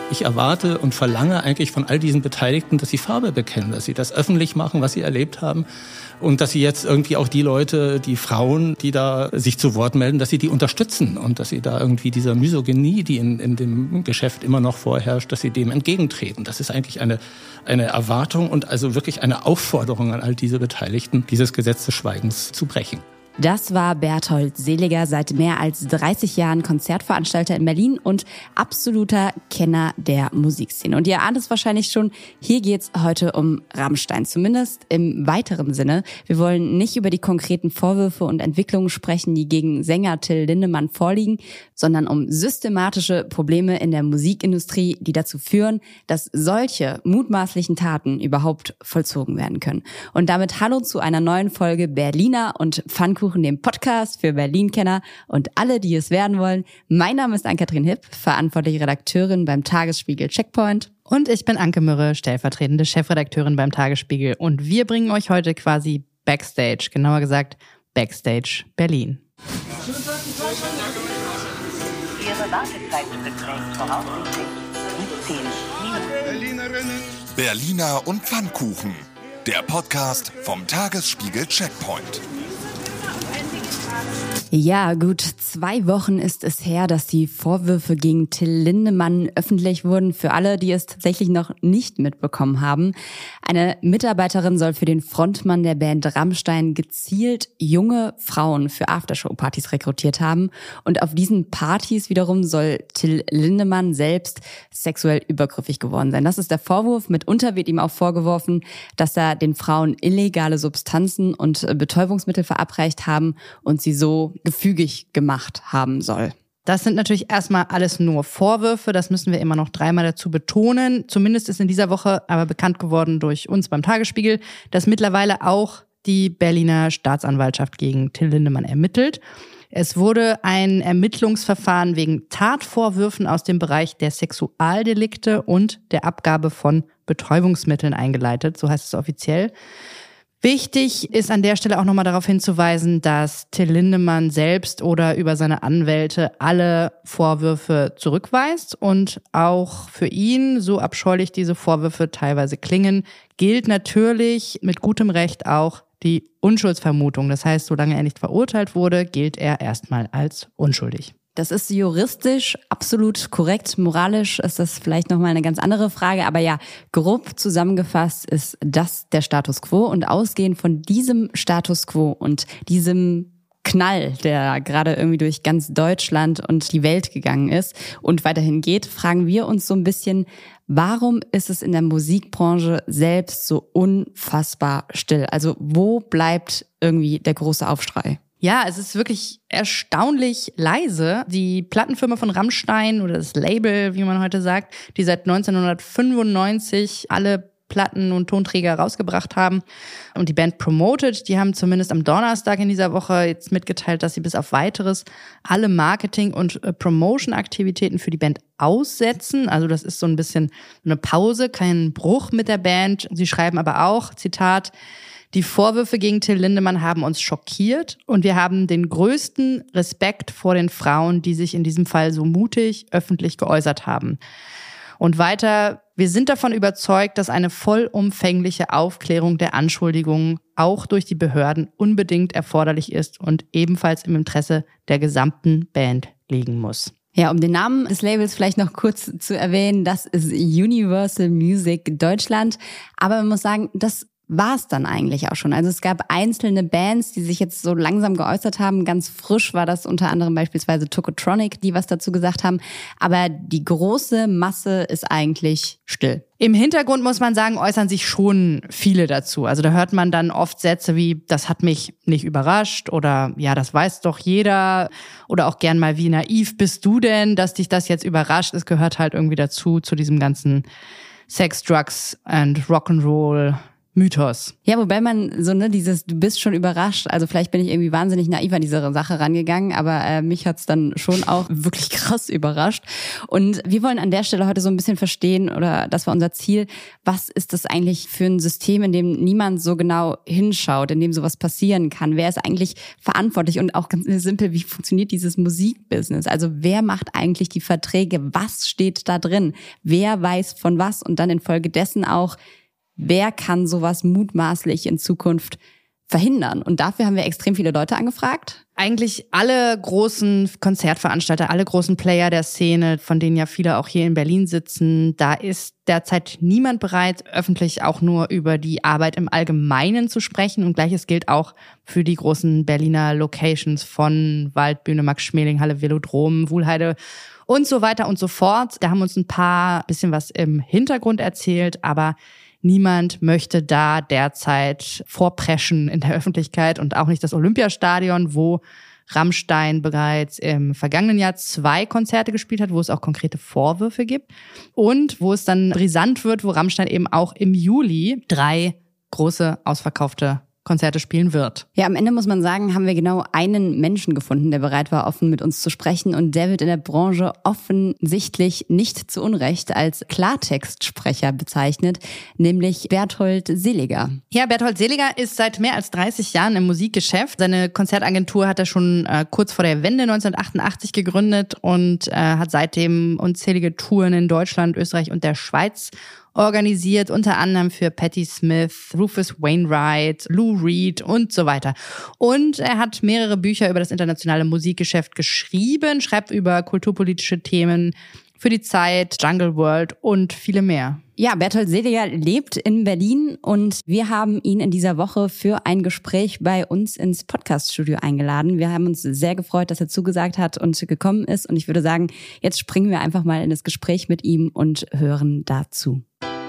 Ich erwarte und verlange eigentlich von all diesen Beteiligten, dass sie Farbe bekennen, dass sie das öffentlich machen, was sie erlebt haben. Und dass sie jetzt irgendwie auch die Leute, die Frauen, die da sich zu Wort melden, dass sie die unterstützen und dass sie da irgendwie dieser Misogynie, die in dem Geschäft immer noch vorherrscht, dass sie dem entgegentreten. Das ist eigentlich eine Erwartung und also wirklich eine Aufforderung an all diese Beteiligten, dieses Gesetz des Schweigens zu brechen. Das war Berthold Seliger, seit mehr als 30 Jahren Konzertveranstalter in Berlin und absoluter Kenner der Musikszene. Und ihr ahnt es wahrscheinlich schon, hier geht's heute um Rammstein, zumindest im weiteren Sinne. Wir wollen nicht über die konkreten Vorwürfe und Entwicklungen sprechen, die gegen Sänger Till Lindemann vorliegen, sondern um systematische Probleme in der Musikindustrie, die dazu führen, dass solche mutmaßlichen Taten überhaupt vollzogen werden können. Und damit hallo zu einer neuen Folge Berliner und Pfannkuchen, dem Podcast für Berlin-Kenner und alle, die es werden wollen. Mein Name ist Ann-Kathrin Hipp, verantwortliche Redakteurin beim Tagesspiegel Checkpoint. Und ich bin Anke Mürre, stellvertretende Chefredakteurin beim Tagesspiegel. Und wir bringen euch heute quasi Backstage, genauer gesagt Backstage Berlin. Ihre Wartezeit beträgt voraussichtlich 17 Minuten. Berliner und Pfannkuchen, der Podcast vom Tagesspiegel Checkpoint. Ja, gut 2 Wochen ist es her, dass die Vorwürfe gegen Till Lindemann öffentlich wurden. Für alle, die es tatsächlich noch nicht mitbekommen haben. Eine Mitarbeiterin soll für den Frontmann der Band Rammstein gezielt junge Frauen für Aftershow-Partys rekrutiert haben. Und auf diesen Partys wiederum soll Till Lindemann selbst sexuell übergriffig geworden sein. Das ist der Vorwurf. Mitunter wird ihm auch vorgeworfen, dass er den Frauen illegale Substanzen und Betäubungsmittel verabreicht haben und sie so gefügig gemacht haben soll. Das sind natürlich erstmal alles nur Vorwürfe, das müssen wir immer noch 3-mal dazu betonen. Zumindest ist in dieser Woche aber bekannt geworden durch uns beim Tagesspiegel, dass mittlerweile auch die Berliner Staatsanwaltschaft gegen Till Lindemann ermittelt. Es wurde ein Ermittlungsverfahren wegen Tatvorwürfen aus dem Bereich der Sexualdelikte und der Abgabe von Betäubungsmitteln eingeleitet, so heißt es offiziell. Wichtig ist an der Stelle auch nochmal darauf hinzuweisen, dass Till Lindemann selbst oder über seine Anwälte alle Vorwürfe zurückweist und auch für ihn, so abscheulich diese Vorwürfe teilweise klingen, gilt natürlich mit gutem Recht auch die Unschuldsvermutung. Das heißt, solange er nicht verurteilt wurde, gilt er erstmal als unschuldig. Das ist juristisch absolut korrekt. Moralisch ist das vielleicht nochmal eine ganz andere Frage. Aber ja, grob zusammengefasst ist das der Status quo. Und ausgehend von diesem Status quo und diesem Knall, der gerade irgendwie durch ganz Deutschland und die Welt gegangen ist und weiterhin geht, fragen wir uns so ein bisschen, warum ist es in der Musikbranche selbst so unfassbar still? Also wo bleibt irgendwie der große Aufschrei? Ja, es ist wirklich erstaunlich leise. Die Plattenfirma von Rammstein oder das Label, wie man heute sagt, die seit 1995 alle Platten und Tonträger rausgebracht haben und die Band promotet. Die haben zumindest am Donnerstag in dieser Woche jetzt mitgeteilt, dass sie bis auf Weiteres alle Marketing- und Promotion-Aktivitäten für die Band aussetzen. Also das ist so ein bisschen eine Pause, kein Bruch mit der Band. Sie schreiben aber auch, Zitat, die Vorwürfe gegen Till Lindemann haben uns schockiert und wir haben den größten Respekt vor den Frauen, die sich in diesem Fall so mutig öffentlich geäußert haben. Und weiter, wir sind davon überzeugt, dass eine vollumfängliche Aufklärung der Anschuldigungen auch durch die Behörden unbedingt erforderlich ist und ebenfalls im Interesse der gesamten Band liegen muss. Ja, um den Namen des Labels vielleicht noch kurz zu erwähnen, das ist Universal Music Deutschland. Aber man muss sagen, das war es dann eigentlich auch schon. Also es gab einzelne Bands, die sich jetzt so langsam geäußert haben. Ganz frisch war das unter anderem beispielsweise Tokotronic, die was dazu gesagt haben. Aber die große Masse ist eigentlich still. Im Hintergrund, muss man sagen, äußern sich schon viele dazu. Also da hört man dann oft Sätze wie, das hat mich nicht überrascht oder ja, das weiß doch jeder. Oder auch gern mal, wie naiv bist du denn, dass dich das jetzt überrascht? Es gehört halt irgendwie dazu, zu diesem ganzen Sex, Drugs and Rock'n'Roll Mythos. Ja, wobei man so, du bist schon überrascht. Also vielleicht bin ich irgendwie wahnsinnig naiv an diese Sache rangegangen, aber mich hat's dann schon auch wirklich krass überrascht. Und wir wollen an der Stelle heute so ein bisschen verstehen, oder das war unser Ziel, was ist das eigentlich für ein System, in dem niemand so genau hinschaut, in dem sowas passieren kann? Wer ist eigentlich verantwortlich? Und auch ganz simpel, wie funktioniert dieses Musikbusiness? Also wer macht eigentlich die Verträge? Was steht da drin? Wer weiß von was? Und dann infolgedessen auch, wer kann sowas mutmaßlich in Zukunft verhindern? Und dafür haben wir extrem viele Leute angefragt. Eigentlich alle großen Konzertveranstalter, alle großen Player der Szene, von denen ja viele auch hier in Berlin sitzen, da ist derzeit niemand bereit, öffentlich auch nur über die Arbeit im Allgemeinen zu sprechen. Und Gleiches gilt auch für die großen Berliner Locations von Waldbühne, Max-Schmeling-Halle, Velodrom, Wuhlheide und so weiter und so fort. Da haben uns ein bisschen was im Hintergrund erzählt, aber niemand möchte da derzeit vorpreschen in der Öffentlichkeit und auch nicht das Olympiastadion, wo Rammstein bereits im vergangenen Jahr 2 Konzerte gespielt hat, wo es auch konkrete Vorwürfe gibt und wo es dann brisant wird, wo Rammstein eben auch im Juli 3 große ausverkaufte Konzerte spielen wird. Ja, am Ende muss man sagen, haben wir genau einen Menschen gefunden, der bereit war, offen mit uns zu sprechen. Und der wird in der Branche offensichtlich nicht zu Unrecht als Klartextsprecher bezeichnet, nämlich Berthold Seliger. Ja, Berthold Seliger ist seit mehr als 30 Jahren im Musikgeschäft. Seine Konzertagentur hat er schon kurz vor der Wende 1988 gegründet und hat seitdem unzählige Touren in Deutschland, Österreich und der Schweiz organisiert, unter anderem für Patti Smith, Rufus Wainwright, Lou Reed und so weiter. Und er hat mehrere Bücher über das internationale Musikgeschäft geschrieben, schreibt über kulturpolitische Themen für die Zeit, Jungle World und viele mehr. Ja, Berthold Seliger lebt in Berlin und wir haben ihn in dieser Woche für ein Gespräch bei uns ins Podcaststudio eingeladen. Wir haben uns sehr gefreut, dass er zugesagt hat und gekommen ist. Und ich würde sagen, jetzt springen wir einfach mal in das Gespräch mit ihm und hören dazu.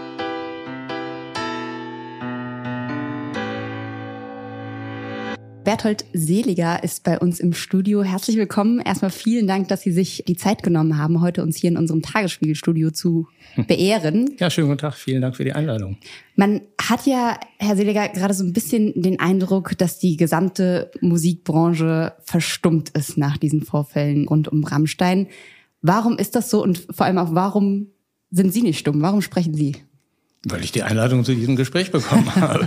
Berthold Seliger ist bei uns im Studio. Herzlich willkommen. Erstmal vielen Dank, dass Sie sich die Zeit genommen haben, heute uns hier in unserem Tagesspiegel-Studio zu beehren. Ja, schönen guten Tag. Vielen Dank für die Einladung. Man hat ja, Herr Seliger, gerade so ein bisschen den Eindruck, dass die gesamte Musikbranche verstummt ist nach diesen Vorfällen rund um Rammstein. Warum ist das so und vor allem auch, warum sind Sie nicht stumm? Warum sprechen Sie? Weil ich die Einladung zu diesem Gespräch bekommen habe.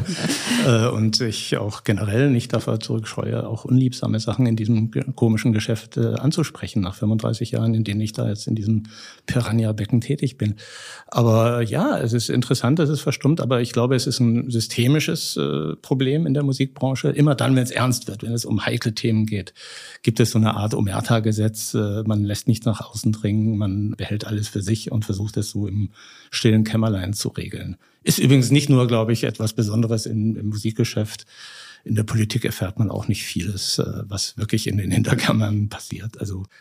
Und ich auch generell nicht davor zurückscheue, auch unliebsame Sachen in diesem komischen Geschäft anzusprechen, nach 35 Jahren, in denen ich da jetzt in diesem Piranha-Becken tätig bin. Aber ja, es ist interessant, es ist verstummt, aber ich glaube, es ist ein systemisches Problem in der Musikbranche. Immer dann, wenn es ernst wird, wenn es um heikle Themen geht, gibt es so eine Art Omerta-Gesetz. Man lässt nichts nach außen dringen, man behält alles für sich und versucht es so im stillen Kämmerlein zu regeln. Ist übrigens nicht nur, glaube ich, etwas Besonderes im Musikgeschäft. In der Politik erfährt man auch nicht vieles, was wirklich in den Hinterkammern passiert.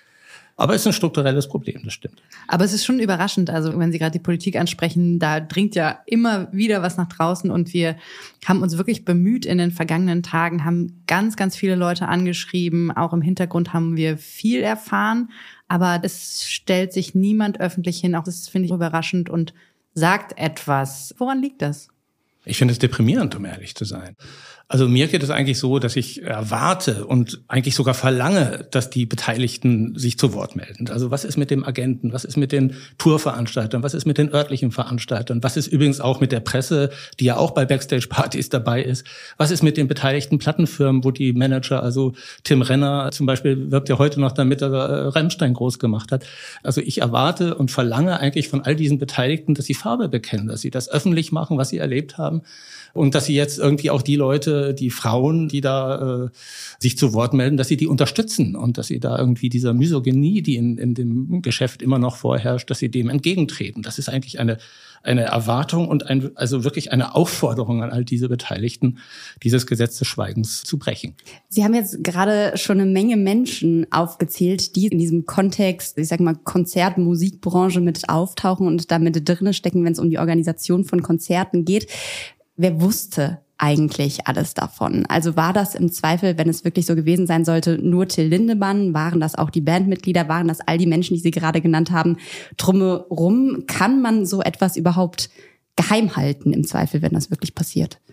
Aber es ist ein strukturelles Problem, das stimmt. Aber es ist schon überraschend, also wenn Sie gerade die Politik ansprechen, da dringt ja immer wieder was nach draußen und wir haben uns wirklich bemüht in den vergangenen Tagen, haben ganz, ganz viele Leute angeschrieben, auch im Hintergrund haben wir viel erfahren, aber es stellt sich niemand öffentlich hin, auch das finde ich überraschend und sagt etwas. Woran liegt das? Ich finde es deprimierend, um ehrlich zu sein. Also mir geht es eigentlich so, dass ich erwarte und eigentlich sogar verlange, dass die Beteiligten sich zu Wort melden. Also was ist mit dem Agenten? Was ist mit den Tourveranstaltern? Was ist mit den örtlichen Veranstaltern? Was ist übrigens auch mit der Presse, die ja auch bei Backstage-Partys dabei ist? Was ist mit den beteiligten Plattenfirmen, wo die Manager, also Tim Renner zum Beispiel, wirbt ja heute noch damit, dass er Rammstein groß gemacht hat. Also ich erwarte und verlange eigentlich von all diesen Beteiligten, dass sie Farbe bekennen, dass sie das öffentlich machen, was sie erlebt haben. Und dass sie jetzt irgendwie auch die Leute, die Frauen, die da sich zu Wort melden, dass sie die unterstützen und dass sie da irgendwie dieser Misogynie, die in dem Geschäft immer noch vorherrscht, dass sie dem entgegentreten. Das ist eigentlich eine Erwartung und also wirklich eine Aufforderung an all diese Beteiligten, dieses Gesetz des Schweigens zu brechen. Sie haben jetzt gerade schon eine Menge Menschen aufgezählt, die in diesem Kontext, ich sag mal, Konzert-, Musikbranche mit auftauchen und da mit drinne stecken, wenn es um die Organisation von Konzerten geht. Wer wusste eigentlich alles davon? Also war das im Zweifel, wenn es wirklich so gewesen sein sollte, nur Till Lindemann? Waren das auch die Bandmitglieder? Waren das all die Menschen, die Sie gerade genannt haben? Drumherum, kann man so etwas überhaupt geheim halten im Zweifel, wenn das wirklich passiert?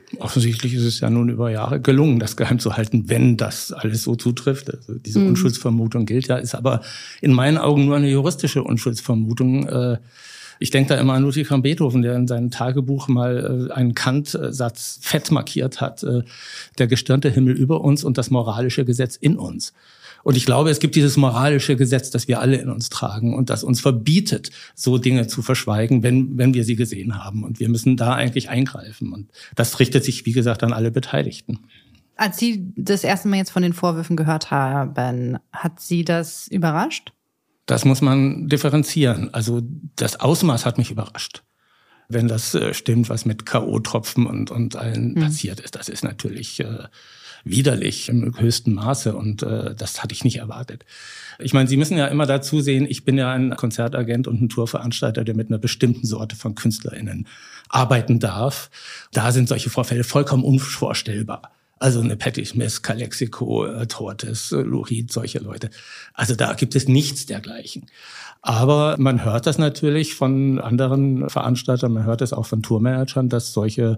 Offensichtlich ist es ja nun über Jahre gelungen, das geheim zu halten, wenn das alles so zutrifft. Also diese Unschuldsvermutung gilt ja, ist aber in meinen Augen nur eine juristische Unschuldsvermutung. Ich denke da immer an Ludwig van Beethoven, der in seinem Tagebuch mal einen Kant-Satz fett markiert hat, der gestirnte Himmel über uns und das moralische Gesetz in uns. Und ich glaube, es gibt dieses moralische Gesetz, das wir alle in uns tragen und das uns verbietet, so Dinge zu verschweigen, wenn wir sie gesehen haben. Und wir müssen da eigentlich eingreifen. Und das richtet sich, wie gesagt, an alle Beteiligten. Als Sie das erste Mal jetzt von den Vorwürfen gehört haben, hat Sie das überrascht? Das muss man differenzieren. Also das Ausmaß hat mich überrascht. Wenn das stimmt, was mit K.O.-Tropfen und allen passiert ist, das ist natürlich widerlich im höchsten Maße und das hatte ich nicht erwartet. Ich meine, Sie müssen ja immer dazu sehen, ich bin ja ein Konzertagent und ein Tourveranstalter, der mit einer bestimmten Sorte von KünstlerInnen arbeiten darf. Da sind solche Vorfälle vollkommen unvorstellbar. Also eine Patti Smith, Calexico, Tortoise, Lou Reed, solche Leute. Also da gibt es nichts dergleichen. Aber man hört das natürlich von anderen Veranstaltern, man hört es auch von Tourmanagern, dass solche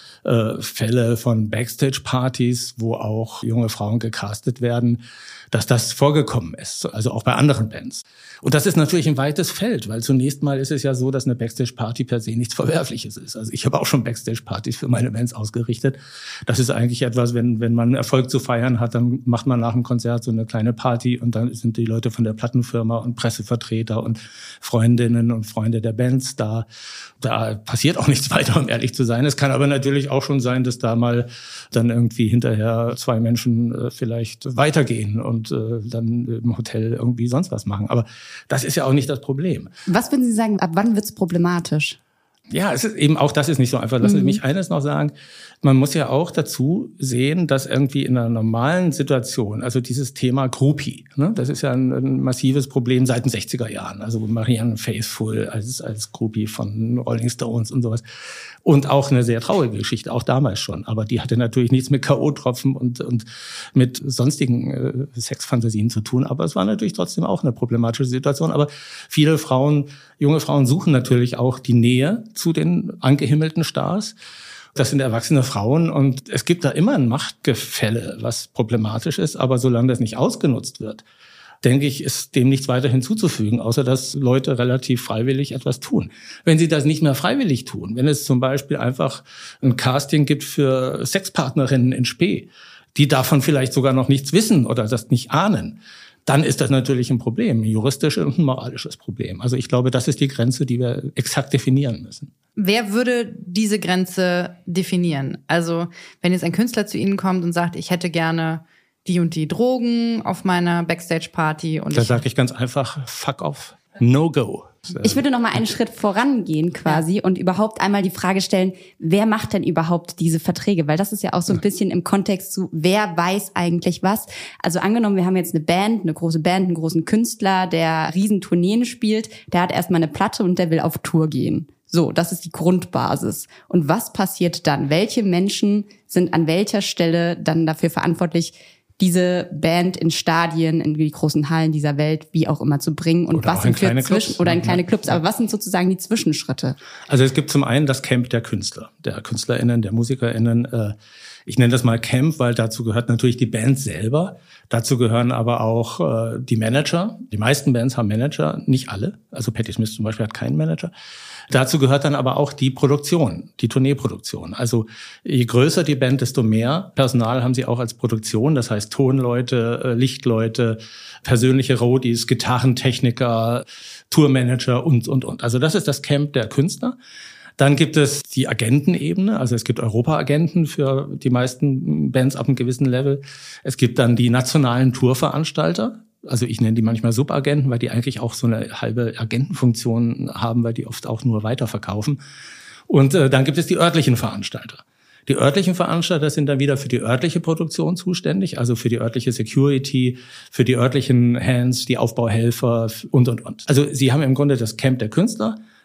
Fälle von Backstage-Partys, wo auch junge Frauen gecastet werden, dass das vorgekommen ist, also auch bei anderen Bands. Und das ist natürlich ein weites Feld, weil zunächst mal ist es ja so, dass eine Backstage-Party per se nichts Verwerfliches ist. Also ich habe auch schon Backstage-Partys für meine Bands ausgerichtet. Das ist eigentlich etwas, wenn man Erfolg zu feiern hat, dann macht man nach dem Konzert so eine kleine Party und dann sind die Leute von der Plattenfirma und Pressevertreter und Freundinnen und Freunde der Bands da. Da passiert auch nichts weiter, um ehrlich zu sein. Es kann aber natürlich auch schon sein, dass da mal dann irgendwie hinterher zwei Menschen vielleicht weitergehen und dann im Hotel irgendwie sonst was machen. Aber das ist ja auch nicht das Problem. Was würden Sie sagen, ab wann wird's problematisch? Ja, es ist eben auch das ist nicht so einfach. Lassen Sie mich eines noch sagen. Man muss ja auch dazu sehen, dass irgendwie in einer normalen Situation, also dieses Thema Groupie, ne, das ist ja ein massives Problem seit den 60er Jahren. Also Marianne Faithfull als Groupie von Rolling Stones und sowas. Und auch eine sehr traurige Geschichte, auch damals schon. Aber die hatte natürlich nichts mit K.O.-Tropfen und mit sonstigen Sexfantasien zu tun. Aber es war natürlich trotzdem auch eine problematische Situation. Aber viele Frauen, junge Frauen suchen natürlich auch die Nähe zu den angehimmelten Stars. Das sind erwachsene Frauen und es gibt da immer ein Machtgefälle, was problematisch ist. Aber solange das nicht ausgenutzt wird, denke ich, ist dem nichts weiter hinzuzufügen, außer dass Leute relativ freiwillig etwas tun. Wenn sie das nicht mehr freiwillig tun, wenn es zum Beispiel einfach ein Casting gibt für Sexpartnerinnen in Spee, die davon vielleicht sogar noch nichts wissen oder das nicht ahnen, dann ist das natürlich ein Problem, ein juristisches und ein moralisches Problem. Also ich glaube, das ist die Grenze, die wir exakt definieren müssen. Wer würde diese Grenze definieren? Also wenn jetzt ein Künstler zu Ihnen kommt und sagt, ich hätte gerne die und die Drogen auf meiner Backstage-Party. Und da sage ich ganz einfach, fuck off, no go. Ich würde noch mal einen Schritt vorangehen quasi und überhaupt einmal die Frage stellen, wer macht denn überhaupt diese Verträge? Weil das ist ja auch so ein bisschen im Kontext zu, wer weiß eigentlich was? Also angenommen, wir haben jetzt eine Band, eine große Band, einen großen Künstler, der Riesentourneen spielt, der hat erstmal eine Platte und der will auf Tour gehen. So, das ist die Grundbasis. Und was passiert dann? Welche Menschen sind an welcher Stelle dann dafür verantwortlich, diese Band in Stadien, in die großen Hallen dieser Welt, wie auch immer zu bringen und oder was sind für oder in kleine Clubs, aber was sind sozusagen die Zwischenschritte? Also es gibt zum einen das Camp der Künstler, der KünstlerInnen, der MusikerInnen. Ich nenne das mal Camp, weil dazu gehört natürlich die Band selber. Dazu gehören aber auch die Manager. Die meisten Bands haben Manager, nicht alle. Also Patti Smith zum Beispiel hat keinen Manager. Dazu gehört dann aber auch die Produktion, die Tourneeproduktion. Also je größer die Band, desto mehr Personal haben sie auch als Produktion. Das heißt Tonleute, Lichtleute, persönliche Roadies, Gitarrentechniker, Tourmanager und. Also das ist das Camp der Künstler. Dann gibt es die Agentenebene, also es gibt Europa-Agenten für die meisten Bands ab einem gewissen Level. Es gibt dann die nationalen Tourveranstalter. Also ich nenne die manchmal Subagenten, weil die eigentlich auch so eine halbe Agentenfunktion haben, weil die oft auch nur weiterverkaufen. Und dann gibt es die örtlichen Veranstalter. Die örtlichen Veranstalter sind dann wieder für die örtliche Produktion zuständig, also für die örtliche Security, für die örtlichen Hands, die Aufbauhelfer und. Also sie haben im Grunde das Camp der Künstler,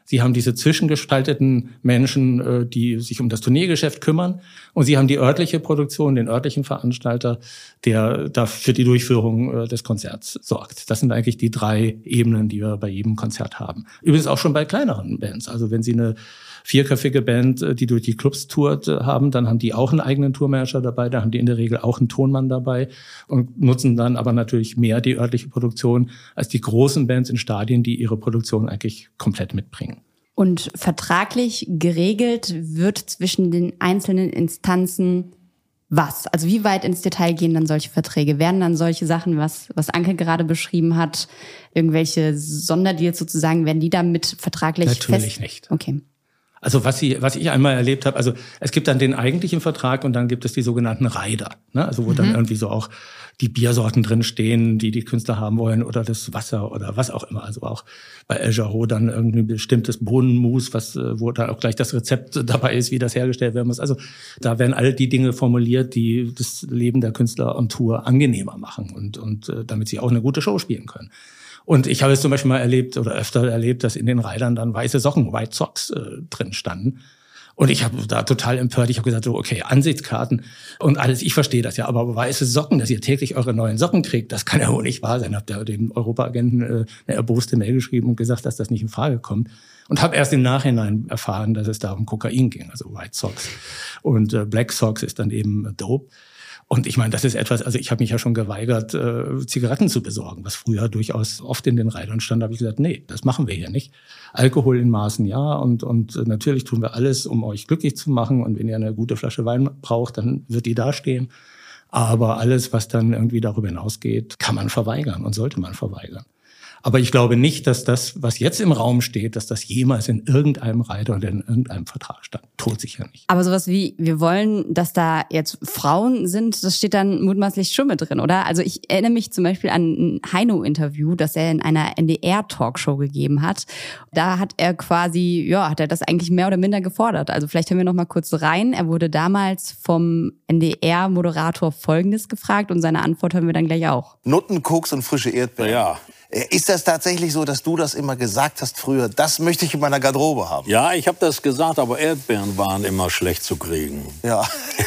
Sie haben diese zwischengestalteten Menschen, die sich um das Tourneegeschäft kümmern. Und Sie haben die örtliche Produktion, den örtlichen Veranstalter, der da für die Durchführung des Konzerts sorgt. Das sind eigentlich die 3 Ebenen, die wir bei jedem Konzert haben. Übrigens auch schon bei kleineren Bands. Also wenn Sie eine 4-köpfige Band, die durch die Clubs tourt, haben, dann haben die auch einen eigenen Tourmanager dabei. Da haben die in der Regel auch einen Tonmann dabei und nutzen dann aber natürlich mehr die örtliche Produktion als die großen Bands in Stadien, die ihre Produktion eigentlich komplett mitbringen. Und vertraglich geregelt wird zwischen den einzelnen Instanzen was? Also wie weit ins Detail gehen dann solche Verträge? Werden dann solche Sachen, was Anke gerade beschrieben hat, irgendwelche Sonderdeals sozusagen, werden die damit vertraglich Natürlich nicht. Okay. Also was ich einmal erlebt habe, also es gibt dann den eigentlichen Vertrag und dann gibt es die sogenannten Rider, ne? Also wo dann irgendwie so auch die Biersorten drin stehen, die Künstler haben wollen oder das Wasser oder was auch immer. Also auch bei El Jarreau dann irgendwie bestimmtes Bohnenmus, wo dann auch gleich das Rezept dabei ist, wie das hergestellt werden muss. Also da werden all die Dinge formuliert, die das Leben der Künstler on Tour angenehmer machen und damit sie auch eine gute Show spielen können. Und ich habe es zum Beispiel mal erlebt oder öfter erlebt, dass in den Ridern dann weiße Socken, White Socks drin standen. Und ich habe da total empört. Ich habe gesagt, so okay, Ansichtskarten und alles, ich verstehe das ja, aber weiße Socken, dass ihr täglich eure neuen Socken kriegt, das kann ja wohl nicht wahr sein. Habe da dem Europaagenten eine erboste Mail geschrieben und gesagt, dass das nicht in Frage kommt. Und habe erst im Nachhinein erfahren, dass es da um Kokain ging, also White Socks. Und Black Socks ist dann eben Dope. Und ich meine, das ist etwas, also ich habe mich ja schon geweigert, Zigaretten zu besorgen, was früher durchaus oft in den Ridern stand. Da habe ich gesagt, nee, das machen wir hier nicht. Alkohol in Maßen ja und natürlich tun wir alles, um euch glücklich zu machen. Und wenn ihr eine gute Flasche Wein braucht, dann wird die da stehen. Aber alles, was dann irgendwie darüber hinausgeht, kann man verweigern und sollte man verweigern. Aber ich glaube nicht, dass das, was jetzt im Raum steht, dass das jemals in irgendeinem Rider oder in irgendeinem Vertrag stand. Todsicher nicht. Aber sowas wie, wir wollen, dass da jetzt Frauen sind, das steht dann mutmaßlich schon mit drin, oder? Also ich erinnere mich zum Beispiel an ein Heino-Interview, das er in einer NDR-Talkshow gegeben hat. Da hat er quasi, hat er das eigentlich mehr oder minder gefordert. Also vielleicht hören wir noch mal kurz rein. Er wurde damals vom NDR-Moderator Folgendes gefragt und seine Antwort hören wir dann gleich auch. Nutten, Koks und frische Erdbeeren. Ja. Ist das tatsächlich so, dass du das immer gesagt hast früher, das möchte ich in meiner Garderobe haben? Ja, ich habe das gesagt, aber Erdbeeren waren immer schlecht zu kriegen. Ja.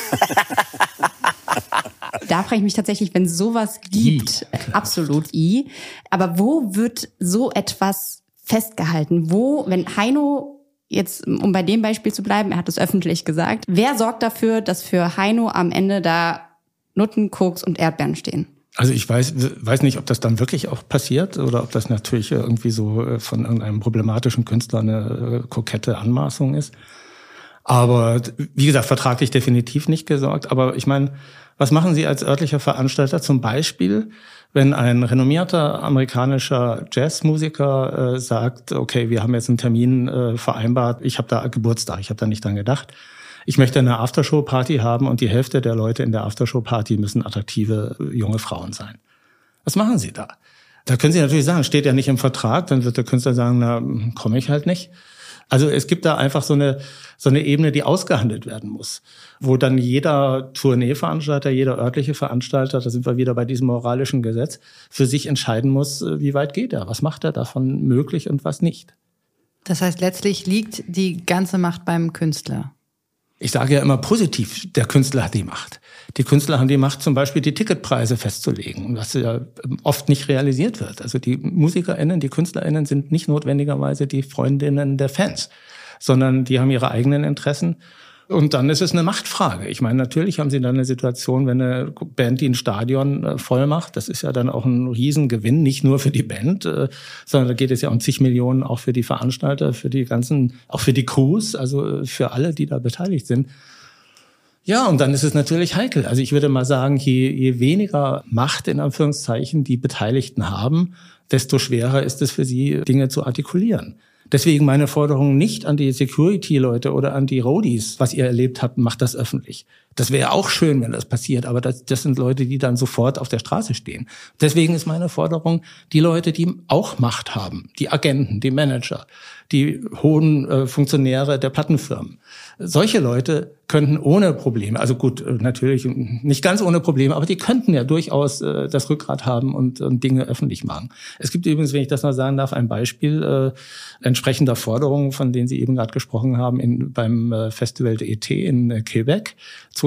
Da frage ich mich tatsächlich, wenn es sowas gibt, absolut aber wo wird so etwas festgehalten? Wo, wenn Heino jetzt, um bei dem Beispiel zu bleiben, er hat es öffentlich gesagt, wer sorgt dafür, dass für Heino am Ende da Nutten, Koks und Erdbeeren stehen? Also ich weiß nicht, ob das dann wirklich auch passiert oder ob das natürlich irgendwie so von irgendeinem problematischen Künstler eine kokette Anmaßung ist. Aber wie gesagt, vertraglich definitiv nicht gesorgt. Aber ich meine, was machen Sie als örtlicher Veranstalter zum Beispiel, wenn ein renommierter amerikanischer Jazzmusiker sagt, okay, wir haben jetzt einen Termin vereinbart, ich habe da Geburtstag, ich habe da nicht dran gedacht. Ich möchte eine Aftershow-Party haben und die Hälfte der Leute in der Aftershow-Party müssen attraktive junge Frauen sein. Was machen Sie da? Da können Sie natürlich sagen, steht ja nicht im Vertrag, dann wird der Künstler sagen, na, komme ich halt nicht. Also es gibt da einfach so eine Ebene, die ausgehandelt werden muss, wo dann jeder Tourneeveranstalter, jeder örtliche Veranstalter, da sind wir wieder bei diesem moralischen Gesetz, für sich entscheiden muss, wie weit geht er, was macht er davon möglich und was nicht. Das heißt, letztlich liegt die ganze Macht beim Künstler. Ich sage ja immer positiv, der Künstler hat die Macht. Die Künstler haben die Macht, zum Beispiel die Ticketpreise festzulegen, was ja oft nicht realisiert wird. Also die MusikerInnen, die KünstlerInnen sind nicht notwendigerweise die Freundinnen der Fans, sondern die haben ihre eigenen Interessen. Und dann ist es eine Machtfrage. Ich meine, natürlich haben sie dann eine Situation, wenn eine Band, die ein Stadion voll macht, das ist ja dann auch ein Riesengewinn, nicht nur für die Band, sondern da geht es ja um zig Millionen auch für die Veranstalter, für die ganzen, auch für die Crews, also für alle, die da beteiligt sind. Ja, und dann ist es natürlich heikel. Also ich würde mal sagen, je weniger Macht in Anführungszeichen die Beteiligten haben, desto schwerer ist es für sie, Dinge zu artikulieren. Deswegen meine Forderung nicht an die Security-Leute oder an die Roadies, was ihr erlebt habt, macht das öffentlich. Das wäre auch schön, wenn das passiert, aber das sind Leute, die dann sofort auf der Straße stehen. Deswegen ist meine Forderung, die Leute, die auch Macht haben, die Agenten, die Manager, die hohen Funktionäre der Plattenfirmen. Solche Leute könnten ohne Probleme, also gut, natürlich nicht ganz ohne Probleme, aber die könnten ja durchaus das Rückgrat haben und Dinge öffentlich machen. Es gibt übrigens, wenn ich das noch sagen darf, ein Beispiel entsprechender Forderungen, von denen Sie eben gerade gesprochen haben, beim Festival der ET in Quebec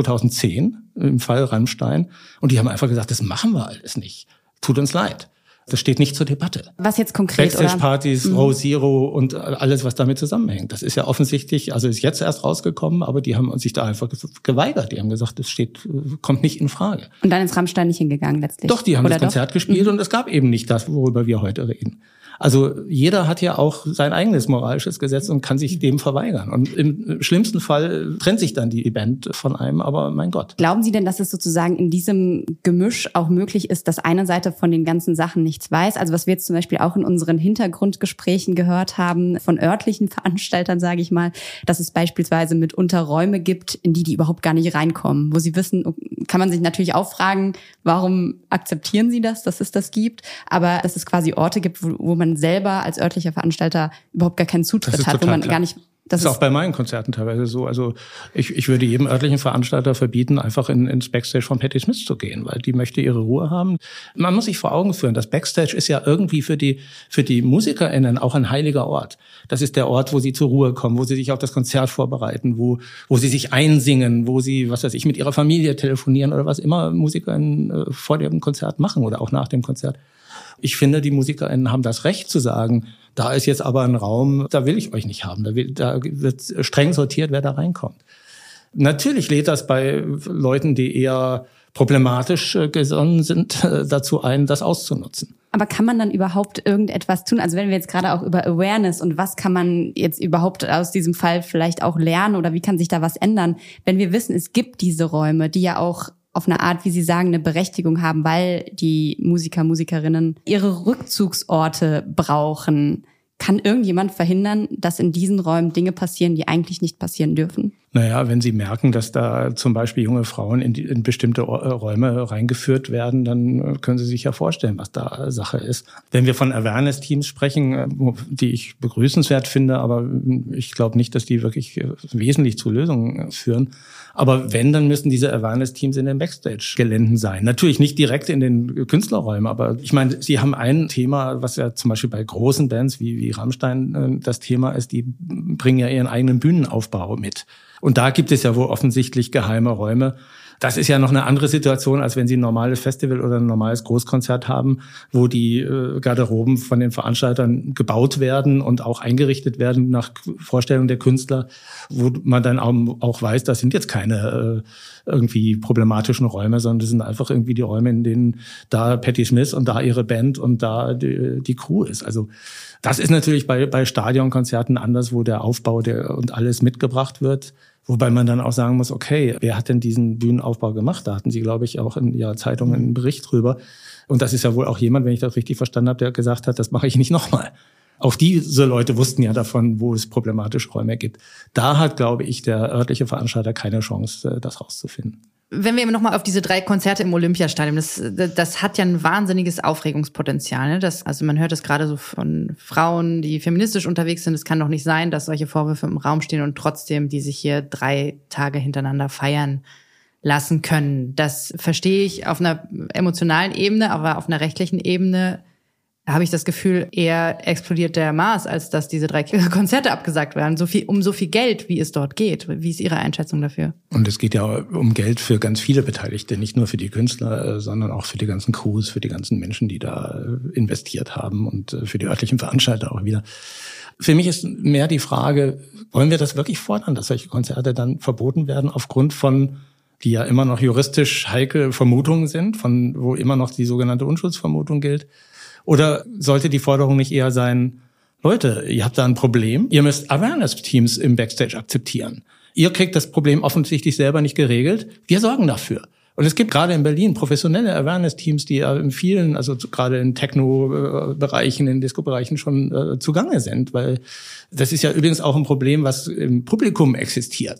2010, im Fall Rammstein. Und die haben einfach gesagt, das machen wir alles nicht. Tut uns leid. Das steht nicht zur Debatte. Was jetzt konkret? Backstage-Partys, Row Zero und alles, was damit zusammenhängt. Das ist ja offensichtlich, also ist jetzt erst rausgekommen, aber die haben sich da einfach geweigert. Die haben gesagt, das kommt nicht in Frage. Und dann ist Rammstein nicht hingegangen letztlich? Doch, die haben das Konzert gespielt und es gab eben nicht das, worüber wir heute reden. Also jeder hat ja auch sein eigenes moralisches Gesetz und kann sich dem verweigern. Und im schlimmsten Fall trennt sich dann die Band von einem, aber mein Gott. Glauben Sie denn, dass es sozusagen in diesem Gemisch auch möglich ist, dass eine Seite von den ganzen Sachen nichts weiß? Also was wir jetzt zum Beispiel auch in unseren Hintergrundgesprächen gehört haben, von örtlichen Veranstaltern, sage ich mal, dass es beispielsweise mitunter Räume gibt, in die überhaupt gar nicht reinkommen. Wo sie wissen, kann man sich natürlich auch fragen, warum akzeptieren sie das, dass es das gibt? Aber dass es quasi Orte gibt, wo man selber als örtlicher Veranstalter überhaupt gar keinen Zutritt hat, wo man gar nicht... Das ist auch bei meinen Konzerten teilweise so. Also ich würde jedem örtlichen Veranstalter verbieten, einfach ins Backstage von Patti Smith zu gehen, weil die möchte ihre Ruhe haben. Man muss sich vor Augen führen, das Backstage ist ja irgendwie für die MusikerInnen auch ein heiliger Ort. Das ist der Ort, wo sie zur Ruhe kommen, wo sie sich auf das Konzert vorbereiten, wo sie sich einsingen, wo sie, was weiß ich, mit ihrer Familie telefonieren oder was immer MusikerInnen vor dem Konzert machen oder auch nach dem Konzert. Ich finde, die MusikerInnen haben das Recht zu sagen, da ist jetzt aber ein Raum, da will ich euch nicht haben. Da wird streng sortiert, wer da reinkommt. Natürlich lädt das bei Leuten, die eher problematisch gesonnen sind, dazu ein, das auszunutzen. Aber kann man dann überhaupt irgendetwas tun? Also wenn wir jetzt gerade auch über Awareness und was kann man jetzt überhaupt aus diesem Fall vielleicht auch lernen oder wie kann sich da was ändern, wenn wir wissen, es gibt diese Räume, die ja auch auf eine Art, wie Sie sagen, eine Berechtigung haben, weil die Musiker, Musikerinnen ihre Rückzugsorte brauchen. Kann irgendjemand verhindern, dass in diesen Räumen Dinge passieren, die eigentlich nicht passieren dürfen? Naja, wenn Sie merken, dass da zum Beispiel junge Frauen in bestimmte Räume reingeführt werden, dann können Sie sich ja vorstellen, was da Sache ist. Wenn wir von Awareness-Teams sprechen, die ich begrüßenswert finde, aber ich glaube nicht, dass die wirklich wesentlich zu Lösungen führen. Aber wenn, dann müssen diese Awareness-Teams in den Backstage-Geländen sein. Natürlich nicht direkt in den Künstlerräumen, aber ich meine, Sie haben ein Thema, was ja zum Beispiel bei großen Bands wie Rammstein das Thema ist, die bringen ja ihren eigenen Bühnenaufbau mit. Und da gibt es ja wohl offensichtlich geheime Räume. Das ist ja noch eine andere Situation, als wenn Sie ein normales Festival oder ein normales Großkonzert haben, wo die Garderoben von den Veranstaltern gebaut werden und auch eingerichtet werden nach Vorstellung der Künstler, wo man dann auch weiß, das sind jetzt keine irgendwie problematischen Räume, sondern das sind einfach irgendwie die Räume, in denen da Patti Smith und da ihre Band und da die Crew ist. Also das ist natürlich bei Stadionkonzerten anders, wo der Aufbau und alles mitgebracht wird. Wobei man dann auch sagen muss, okay, wer hat denn diesen Bühnenaufbau gemacht? Da hatten Sie, glaube ich, auch in Ihrer Zeitung einen Bericht drüber. Und das ist ja wohl auch jemand, wenn ich das richtig verstanden habe, der gesagt hat, das mache ich nicht nochmal. Auch diese Leute wussten ja davon, wo es problematische Räume gibt. Da hat, glaube ich, der örtliche Veranstalter keine Chance, das rauszufinden. Wenn wir eben nochmal auf diese 3 Konzerte im Olympiastadion, das hat ja ein wahnsinniges Aufregungspotenzial. Ne? Also man hört es gerade so von Frauen, die feministisch unterwegs sind. Es kann doch nicht sein, dass solche Vorwürfe im Raum stehen und trotzdem die sich hier 3 Tage hintereinander feiern lassen können. Das verstehe ich auf einer emotionalen Ebene, aber auf einer rechtlichen Ebene habe ich das Gefühl, eher explodiert der Mars, als dass diese 3 Konzerte abgesagt werden. Um so viel Geld, wie es dort geht. Wie ist Ihre Einschätzung dafür? Und es geht ja um Geld für ganz viele Beteiligte, nicht nur für die Künstler, sondern auch für die ganzen Crews, für die ganzen Menschen, die da investiert haben und für die örtlichen Veranstalter auch wieder. Für mich ist mehr die Frage, wollen wir das wirklich fordern, dass solche Konzerte dann verboten werden aufgrund von, die ja immer noch juristisch heikle Vermutungen sind, wo immer noch die sogenannte Unschuldsvermutung gilt? Oder sollte die Forderung nicht eher sein, Leute, ihr habt da ein Problem, ihr müsst Awareness-Teams im Backstage akzeptieren. Ihr kriegt das Problem offensichtlich selber nicht geregelt, wir sorgen dafür. Und es gibt gerade in Berlin professionelle Awareness-Teams, die ja in vielen, also gerade in Techno-Bereichen, in Disco-Bereichen schon zugange sind. Weil das ist ja übrigens auch ein Problem, was im Publikum existiert.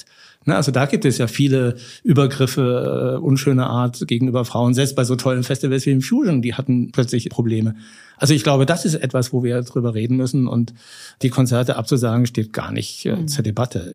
Also da gibt es ja viele Übergriffe, unschöne Art gegenüber Frauen. Selbst bei so tollen Festivals wie im Fusion, die hatten plötzlich Probleme. Also ich glaube, das ist etwas, wo wir drüber reden müssen. Und die Konzerte abzusagen, steht gar nicht zur Debatte.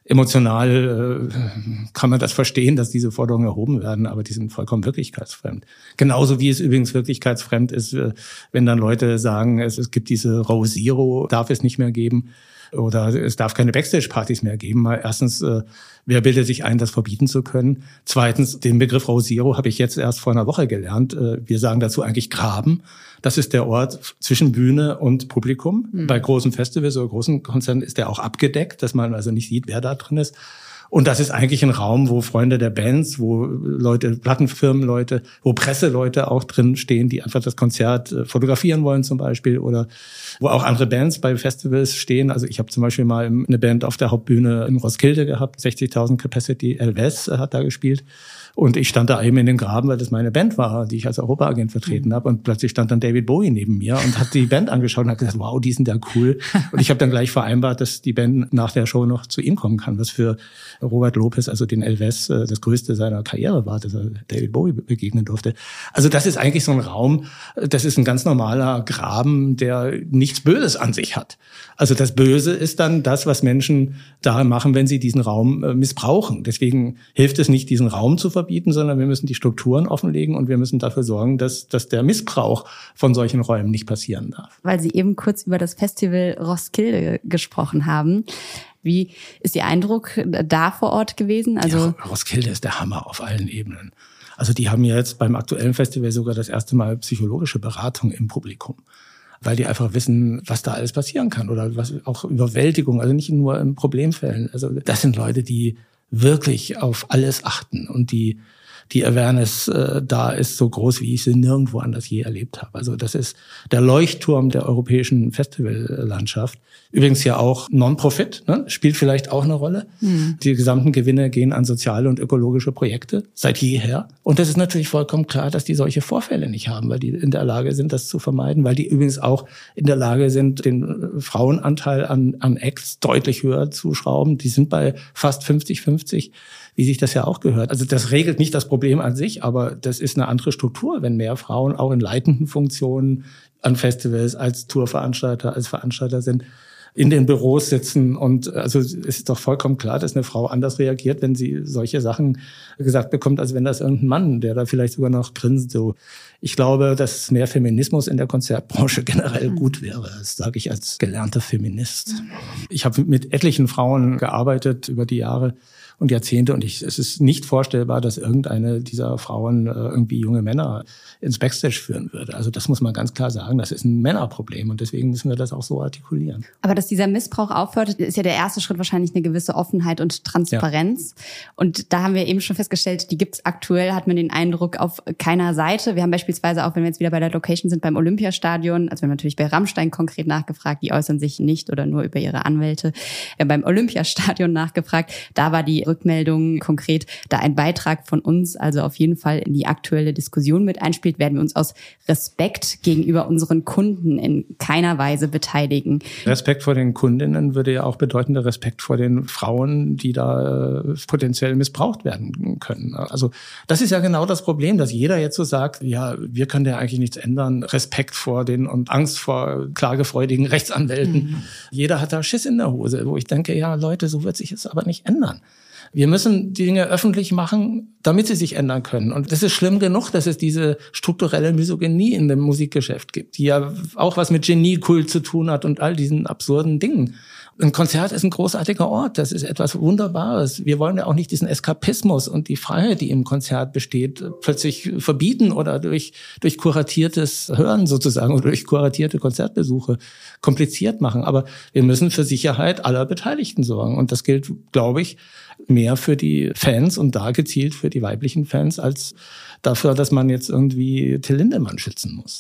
Emotional kann man das verstehen, dass diese Forderungen erhoben werden, aber die sind vollkommen wirklichkeitsfremd. Genauso wie es übrigens wirklichkeitsfremd ist, wenn dann Leute sagen, es gibt diese Row Zero, darf es nicht mehr geben. Oder es darf keine Backstage-Partys mehr geben. Erstens, wer bildet sich ein, das verbieten zu können? Zweitens, den Begriff Row Zero habe ich jetzt erst vor einer Woche gelernt. Wir sagen dazu eigentlich Graben. Das ist der Ort zwischen Bühne und Publikum. Bei großen Festivals oder großen Konzerten ist der auch abgedeckt, dass man also nicht sieht, wer da drin ist. Und das ist eigentlich ein Raum, wo Freunde der Bands, wo Leute, Plattenfirmenleute, wo Presseleute auch drin stehen, die einfach das Konzert fotografieren wollen zum Beispiel, oder wo auch andere Bands bei Festivals stehen. Also ich habe zum Beispiel mal eine Band auf der Hauptbühne in Roskilde gehabt, 60.000 Capacity, Elves hat da gespielt. Und ich stand da eben in den Graben, weil das meine Band war, die ich als Europaagent vertreten habe. Und plötzlich stand dann David Bowie neben mir und hat die Band angeschaut und hat gesagt, wow, die sind ja cool. Und ich habe dann gleich vereinbart, dass die Band nach der Show noch zu ihm kommen kann, was für Robert Lopez, also den Elvis, das Größte seiner Karriere war, dass er David Bowie begegnen durfte. Also das ist eigentlich so ein Raum, das ist ein ganz normaler Graben, der nichts Böses an sich hat. Also das Böse ist dann das, was Menschen da machen, wenn sie diesen Raum missbrauchen. Deswegen hilft es nicht, diesen Raum zu verbieten, sondern wir müssen die Strukturen offenlegen und wir müssen dafür sorgen, dass der Missbrauch von solchen Räumen nicht passieren darf. Weil Sie eben kurz über das Festival Roskilde gesprochen haben. Wie ist Ihr Eindruck da vor Ort gewesen? Also ja, Roskilde ist der Hammer auf allen Ebenen. Also die haben jetzt beim aktuellen Festival sogar das erste Mal psychologische Beratung im Publikum, weil die einfach wissen, was da alles passieren kann oder was auch Überwältigung, also nicht nur in Problemfällen. Also das sind Leute, die wirklich auf alles achten und die Awareness da ist so groß, wie ich sie nirgendwo anders je erlebt habe. Also das ist der Leuchtturm der europäischen Festivallandschaft. Übrigens ja auch Non-Profit, ne? Spielt vielleicht auch eine Rolle. Die gesamten Gewinne gehen an soziale und ökologische Projekte seit jeher. Und das ist natürlich vollkommen klar, dass die solche Vorfälle nicht haben, weil die in der Lage sind, das zu vermeiden, weil die übrigens auch in der Lage sind, den Frauenanteil an Acts deutlich höher zu schrauben. Die sind bei fast 50-50. Wie sich das ja auch gehört. Also das regelt nicht das Problem an sich, aber das ist eine andere Struktur, wenn mehr Frauen auch in leitenden Funktionen an Festivals als Tourveranstalter, als Veranstalter sind, in den Büros sitzen. Und also es ist doch vollkommen klar, dass eine Frau anders reagiert, wenn sie solche Sachen gesagt bekommt, als wenn das irgendein Mann, der da vielleicht sogar noch grinst. So, ich glaube, dass mehr Feminismus in der Konzertbranche generell gut wäre. Das sage ich als gelernter Feminist. Ich habe mit etlichen Frauen gearbeitet über die Jahre und Jahrzehnte. Und es ist nicht vorstellbar, dass irgendeine dieser Frauen irgendwie junge Männer ins Backstage führen würde. Also das muss man ganz klar sagen. Das ist ein Männerproblem und deswegen müssen wir das auch so artikulieren. Aber dass dieser Missbrauch aufhört, ist ja der erste Schritt wahrscheinlich eine gewisse Offenheit und Transparenz. Ja. Und da haben wir eben schon festgestellt, die gibt's aktuell, hat man den Eindruck, auf keiner Seite. Wir haben beispielsweise auch, wenn wir jetzt wieder bei der Location sind, beim Olympiastadion, also wir haben natürlich bei Rammstein konkret nachgefragt, die äußern sich nicht oder nur über ihre Anwälte. Wir haben beim Olympiastadion nachgefragt, da war die Rückmeldung konkret, da ein Beitrag von uns also auf jeden Fall in die aktuelle Diskussion mit einspielt, werden wir uns aus Respekt gegenüber unseren Kunden in keiner Weise beteiligen. Respekt vor den Kundinnen würde ja auch bedeuten, der Respekt vor den Frauen, die da potenziell missbraucht werden können. Also das ist ja genau das Problem, dass jeder jetzt so sagt, ja, wir können ja eigentlich nichts ändern. Respekt vor den und Angst vor klagefreudigen Rechtsanwälten. Jeder hat da Schiss in der Hose, wo ich denke, ja Leute, so wird sich es aber nicht ändern. Wir müssen die Dinge öffentlich machen, damit sie sich ändern können. Und das ist schlimm genug, dass es diese strukturelle Misogynie in dem Musikgeschäft gibt, die ja auch was mit Geniekult zu tun hat und all diesen absurden Dingen. Ein Konzert ist ein großartiger Ort, das ist etwas Wunderbares. Wir wollen ja auch nicht diesen Eskapismus und die Freiheit, die im Konzert besteht, plötzlich verbieten oder durch kuratiertes Hören sozusagen oder durch kuratierte Konzertbesuche kompliziert machen. Aber wir müssen für Sicherheit aller Beteiligten sorgen. Und das gilt, glaube ich, mehr für die Fans und da gezielt für die weiblichen Fans als dafür, dass man jetzt irgendwie Till Lindemann schützen muss.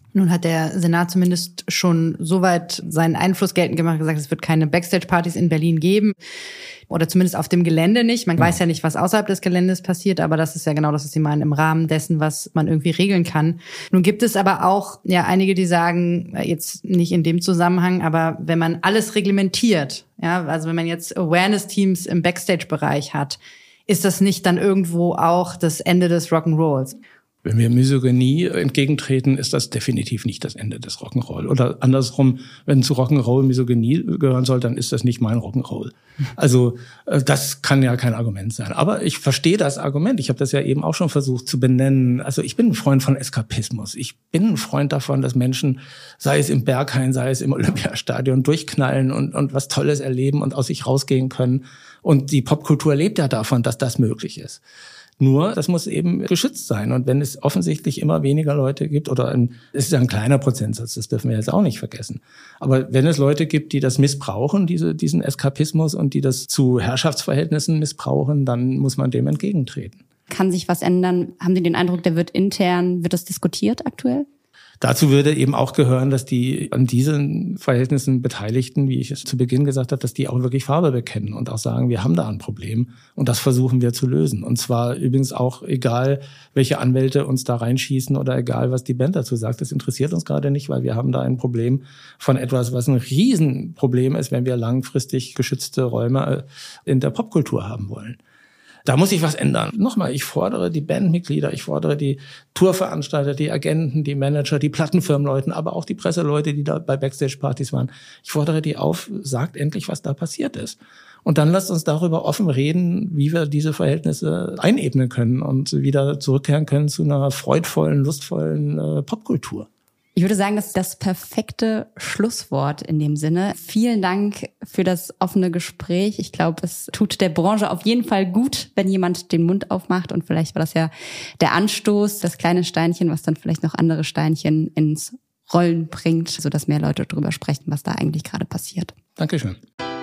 Nun hat der Senat zumindest schon soweit seinen Einfluss geltend gemacht, gesagt, es wird keine Backstage-Partys in Berlin geben. Oder zumindest auf dem Gelände nicht. Man weiß ja nicht, was außerhalb des Geländes passiert, aber das ist ja genau das, was Sie meinen, im Rahmen dessen, was man irgendwie regeln kann. Nun gibt es aber auch einige, die sagen, jetzt nicht in dem Zusammenhang, aber wenn man alles reglementiert, also wenn man jetzt Awareness-Teams im Backstage-Bereich hat, ist das nicht dann irgendwo auch das Ende des Rock'n'Rolls? Wenn wir Misogynie entgegentreten, ist das definitiv nicht das Ende des Rock'n'Roll. Oder andersrum, wenn zu Rock'n'Roll Misogynie gehören soll, dann ist das nicht mein Rock'n'Roll. Also das kann ja kein Argument sein. Aber ich verstehe das Argument. Ich habe das ja eben auch schon versucht zu benennen. Also ich bin ein Freund von Eskapismus. Ich bin ein Freund davon, dass Menschen, sei es im Berghain, sei es im Olympiastadion, durchknallen und was Tolles erleben und aus sich rausgehen können. Und die Popkultur lebt ja davon, dass das möglich ist. Nur, das muss eben geschützt sein. Und wenn es offensichtlich immer weniger Leute gibt, es ist ja ein kleiner Prozentsatz, das dürfen wir jetzt auch nicht vergessen. Aber wenn es Leute gibt, die das missbrauchen, diesen Eskapismus, und die das zu Herrschaftsverhältnissen missbrauchen, dann muss man dem entgegentreten. Kann sich was ändern? Haben Sie den Eindruck, wird das diskutiert aktuell? Dazu würde eben auch gehören, dass die an diesen Verhältnissen Beteiligten, wie ich es zu Beginn gesagt habe, dass die auch wirklich Farbe bekennen und auch sagen, wir haben da ein Problem und das versuchen wir zu lösen. Und zwar übrigens auch egal, welche Anwälte uns da reinschießen oder egal, was die Band dazu sagt. Das interessiert uns gerade nicht, weil wir haben da ein Problem von etwas, was ein Riesenproblem ist, wenn wir langfristig geschützte Räume in der Popkultur haben wollen. Da muss sich was ändern. Nochmal, ich fordere die Bandmitglieder, ich fordere die Tourveranstalter, die Agenten, die Manager, die Plattenfirmenleute, aber auch die Presseleute, die da bei Backstage-Partys waren. Ich fordere die auf, sagt endlich, was da passiert ist. Und dann lasst uns darüber offen reden, wie wir diese Verhältnisse einebnen können und wieder zurückkehren können zu einer freudvollen, lustvollen Popkultur. Ich würde sagen, das ist das perfekte Schlusswort in dem Sinne. Vielen Dank für das offene Gespräch. Ich glaube, es tut der Branche auf jeden Fall gut, wenn jemand den Mund aufmacht. Und vielleicht war das ja der Anstoß, das kleine Steinchen, was dann vielleicht noch andere Steinchen ins Rollen bringt, sodass mehr Leute darüber sprechen, was da eigentlich gerade passiert. Dankeschön.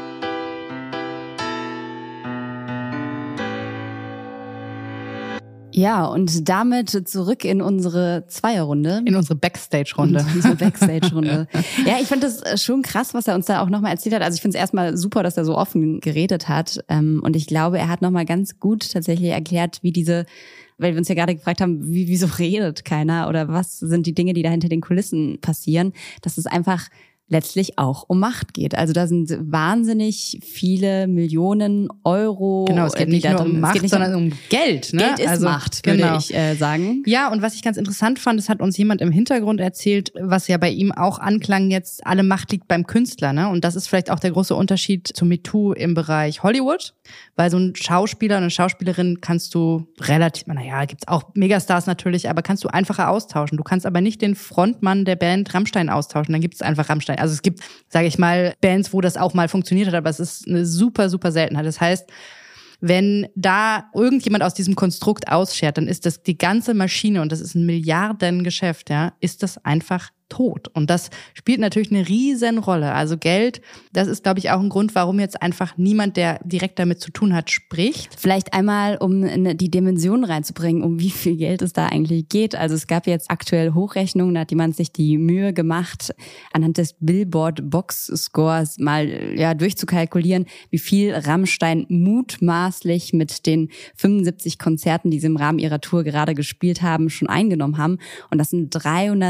Ja, und damit zurück in unsere Zweierrunde. In unsere Backstage-Runde. Ja, ich fand das schon krass, was er uns da auch nochmal erzählt hat. Also ich finde es erstmal super, dass er so offen geredet hat. Und ich glaube, er hat nochmal ganz gut tatsächlich erklärt, weil wir uns ja gerade gefragt haben, wieso redet keiner oder was sind die Dinge, die da hinter den Kulissen passieren, dass es einfach letztlich auch um Macht geht. Also da sind wahnsinnig viele Millionen Euro. Genau, es geht nicht nur um Macht, sondern um Geld. Ne? Geld ist Macht, würde ich sagen. Ja, und was ich ganz interessant fand, das hat uns jemand im Hintergrund erzählt, was ja bei ihm auch anklang jetzt, alle Macht liegt beim Künstler. Ne? Und das ist vielleicht auch der große Unterschied zu MeToo im Bereich Hollywood. Weil so ein Schauspieler und eine Schauspielerin kannst du gibt's auch Megastars natürlich, aber kannst du einfacher austauschen. Du kannst aber nicht den Frontmann der Band Rammstein austauschen, dann gibt es einfach Rammstein. Also es gibt, sage ich mal, Bands, wo das auch mal funktioniert hat, aber es ist eine super, super Seltenheit. Das heißt, wenn da irgendjemand aus diesem Konstrukt ausschert, dann ist das die ganze Maschine, und das ist ein Milliardengeschäft, ist das einfach tot. Und das spielt natürlich eine riesen Rolle. Also Geld, das ist, glaube ich, auch ein Grund, warum jetzt einfach niemand, der direkt damit zu tun hat, spricht. Vielleicht einmal, um die Dimension reinzubringen, um wie viel Geld es da eigentlich geht. Also es gab jetzt aktuell Hochrechnungen, da hat jemand sich die Mühe gemacht, anhand des Billboard Box Scores mal durchzukalkulieren, wie viel Rammstein mutmaßlich mit den 75 Konzerten, die sie im Rahmen ihrer Tour gerade gespielt haben, schon eingenommen haben. Und das sind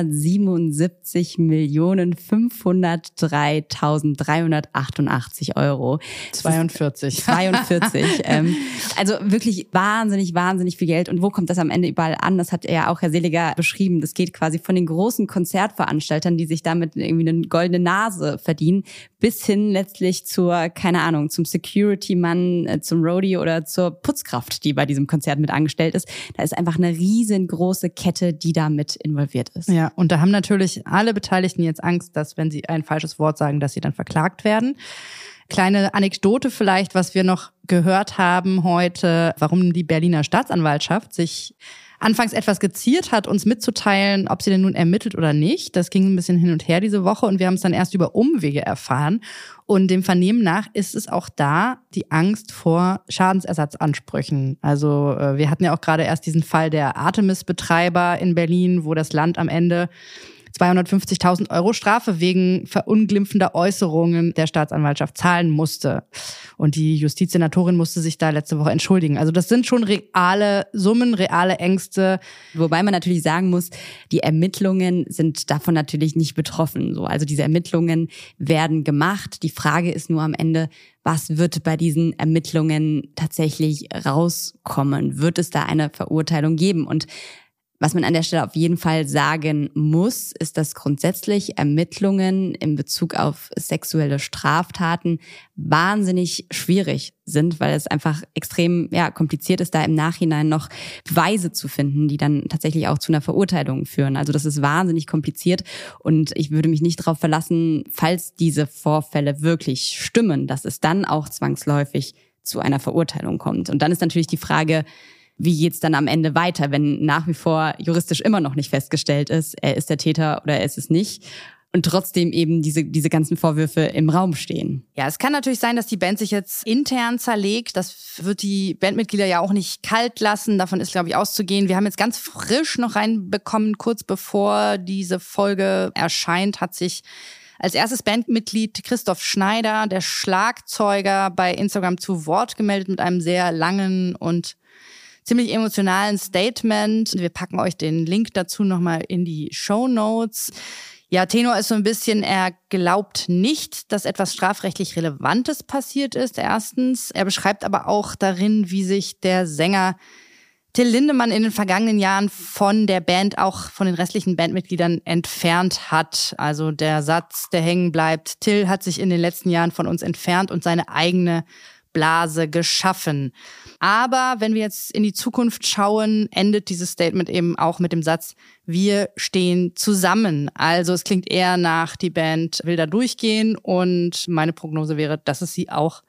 377.503.388 Euro. 42. Also wirklich wahnsinnig, wahnsinnig viel Geld. Und wo kommt das am Ende überall an? Das hat ja auch Herr Seliger beschrieben. Das geht quasi von den großen Konzertveranstaltern, die sich damit irgendwie eine goldene Nase verdienen, bis hin letztlich zum Security-Mann, zum Roadie oder zur Putzkraft, die bei diesem Konzert mit angestellt ist. Da ist einfach eine riesengroße Kette, die da mit involviert ist. Ja, und da haben natürlich alle Beteiligten jetzt Angst, dass, wenn sie ein falsches Wort sagen, dass sie dann verklagt werden. Kleine Anekdote vielleicht, was wir noch gehört haben heute, warum die Berliner Staatsanwaltschaft sich anfangs etwas geziert hat, uns mitzuteilen, ob sie denn nun ermittelt oder nicht. Das ging ein bisschen hin und her diese Woche und wir haben es dann erst über Umwege erfahren. Und dem Vernehmen nach ist es auch da die Angst vor Schadensersatzansprüchen. Also wir hatten ja auch gerade erst diesen Fall der Artemis-Betreiber in Berlin, wo das Land am Ende 250.000 € Strafe wegen verunglimpfender Äußerungen der Staatsanwaltschaft zahlen musste. Und die Justizsenatorin musste sich da letzte Woche entschuldigen. Also das sind schon reale Summen, reale Ängste. Wobei man natürlich sagen muss, die Ermittlungen sind davon natürlich nicht betroffen. Also diese Ermittlungen werden gemacht. Die Frage ist nur am Ende, was wird bei diesen Ermittlungen tatsächlich rauskommen? Wird es da eine Verurteilung geben? Und was man an der Stelle auf jeden Fall sagen muss, ist, dass grundsätzlich Ermittlungen in Bezug auf sexuelle Straftaten wahnsinnig schwierig sind, weil es einfach extrem kompliziert ist, da im Nachhinein noch Beweise zu finden, die dann tatsächlich auch zu einer Verurteilung führen. Also das ist wahnsinnig kompliziert und ich würde mich nicht darauf verlassen, falls diese Vorfälle wirklich stimmen, dass es dann auch zwangsläufig zu einer Verurteilung kommt. Und dann ist natürlich die Frage, wie geht's dann am Ende weiter, wenn nach wie vor juristisch immer noch nicht festgestellt ist, er ist der Täter oder er ist es nicht und trotzdem eben diese ganzen Vorwürfe im Raum stehen. Ja, es kann natürlich sein, dass die Band sich jetzt intern zerlegt. Das wird die Bandmitglieder ja auch nicht kalt lassen. Davon ist, glaube ich, auszugehen. Wir haben jetzt ganz frisch noch reinbekommen, kurz bevor diese Folge erscheint, hat sich als erstes Bandmitglied Christoph Schneider, der Schlagzeuger, bei Instagram zu Wort gemeldet mit einem sehr langen und ziemlich emotionalen Statement. Wir packen euch den Link dazu nochmal in die Shownotes. Ja, Tenor ist so ein bisschen, er glaubt nicht, dass etwas strafrechtlich Relevantes passiert ist, erstens. Er beschreibt aber auch darin, wie sich der Sänger Till Lindemann in den vergangenen Jahren von der Band, auch von den restlichen Bandmitgliedern entfernt hat. Also der Satz, der hängen bleibt, Till hat sich in den letzten Jahren von uns entfernt und seine eigene Blase geschaffen. Aber wenn wir jetzt in die Zukunft schauen, endet dieses Statement eben auch mit dem Satz, wir stehen zusammen. Also es klingt eher nach, die Band will da durchgehen und meine Prognose wäre, dass es sie auch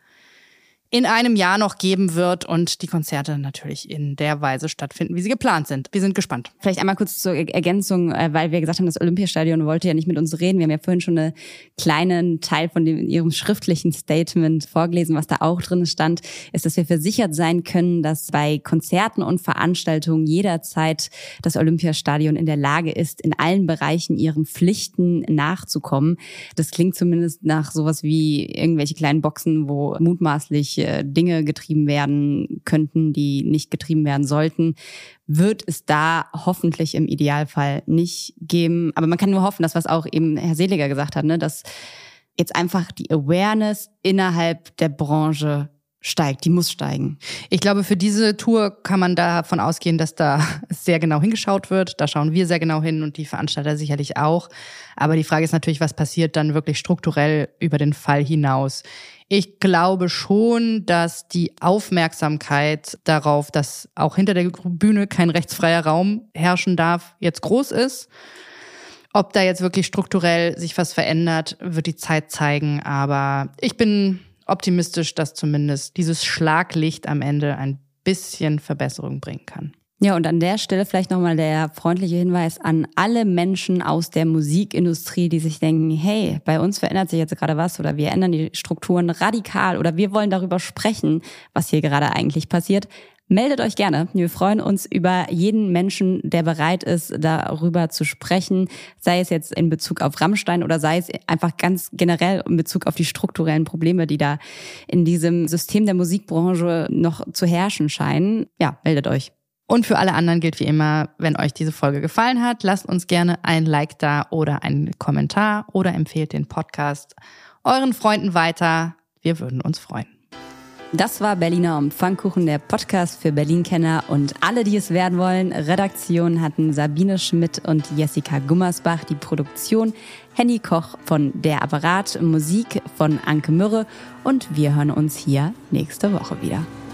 in einem Jahr noch geben wird und die Konzerte natürlich in der Weise stattfinden, wie sie geplant sind. Wir sind gespannt. Vielleicht einmal kurz zur Ergänzung, weil wir gesagt haben, das Olympiastadion wollte ja nicht mit uns reden. Wir haben ja vorhin schon einen kleinen Teil von ihrem schriftlichen Statement vorgelesen. Was da auch drin stand, ist, dass wir versichert sein können, dass bei Konzerten und Veranstaltungen jederzeit das Olympiastadion in der Lage ist, in allen Bereichen ihren Pflichten nachzukommen. Das klingt zumindest nach sowas wie irgendwelche kleinen Boxen, wo mutmaßlich Dinge getrieben werden könnten, die nicht getrieben werden sollten, wird es da hoffentlich im Idealfall nicht geben. Aber man kann nur hoffen, dass was auch eben Herr Seliger gesagt hat, dass jetzt einfach die Awareness innerhalb der Branche steigt, die muss steigen. Ich glaube, für diese Tour kann man davon ausgehen, dass da sehr genau hingeschaut wird. Da schauen wir sehr genau hin und die Veranstalter sicherlich auch. Aber die Frage ist natürlich, was passiert dann wirklich strukturell über den Fall hinaus? Ich glaube schon, dass die Aufmerksamkeit darauf, dass auch hinter der Bühne kein rechtsfreier Raum herrschen darf, jetzt groß ist. Ob da jetzt wirklich strukturell sich was verändert, wird die Zeit zeigen. Aber ich bin optimistisch, dass zumindest dieses Schlaglicht am Ende ein bisschen Verbesserung bringen kann. Ja, und an der Stelle vielleicht nochmal der freundliche Hinweis an alle Menschen aus der Musikindustrie, die sich denken, hey, bei uns verändert sich jetzt gerade was oder wir ändern die Strukturen radikal oder wir wollen darüber sprechen, was hier gerade eigentlich passiert. Meldet euch gerne. Wir freuen uns über jeden Menschen, der bereit ist, darüber zu sprechen, sei es jetzt in Bezug auf Rammstein oder sei es einfach ganz generell in Bezug auf die strukturellen Probleme, die da in diesem System der Musikbranche noch zu herrschen scheinen. Ja, meldet euch. Und für alle anderen gilt wie immer, wenn euch diese Folge gefallen hat, lasst uns gerne ein Like da oder einen Kommentar oder empfehlt den Podcast euren Freunden weiter. Wir würden uns freuen. Das war Berliner um Pfannkuchen, der Podcast für Berlin-Kenner und alle, die es werden wollen. Redaktion hatten Sabine Schmidt und Jessica Gummersbach, die Produktion Henny Koch von Der Apparat, Musik von Anke Mürre und wir hören uns hier nächste Woche wieder.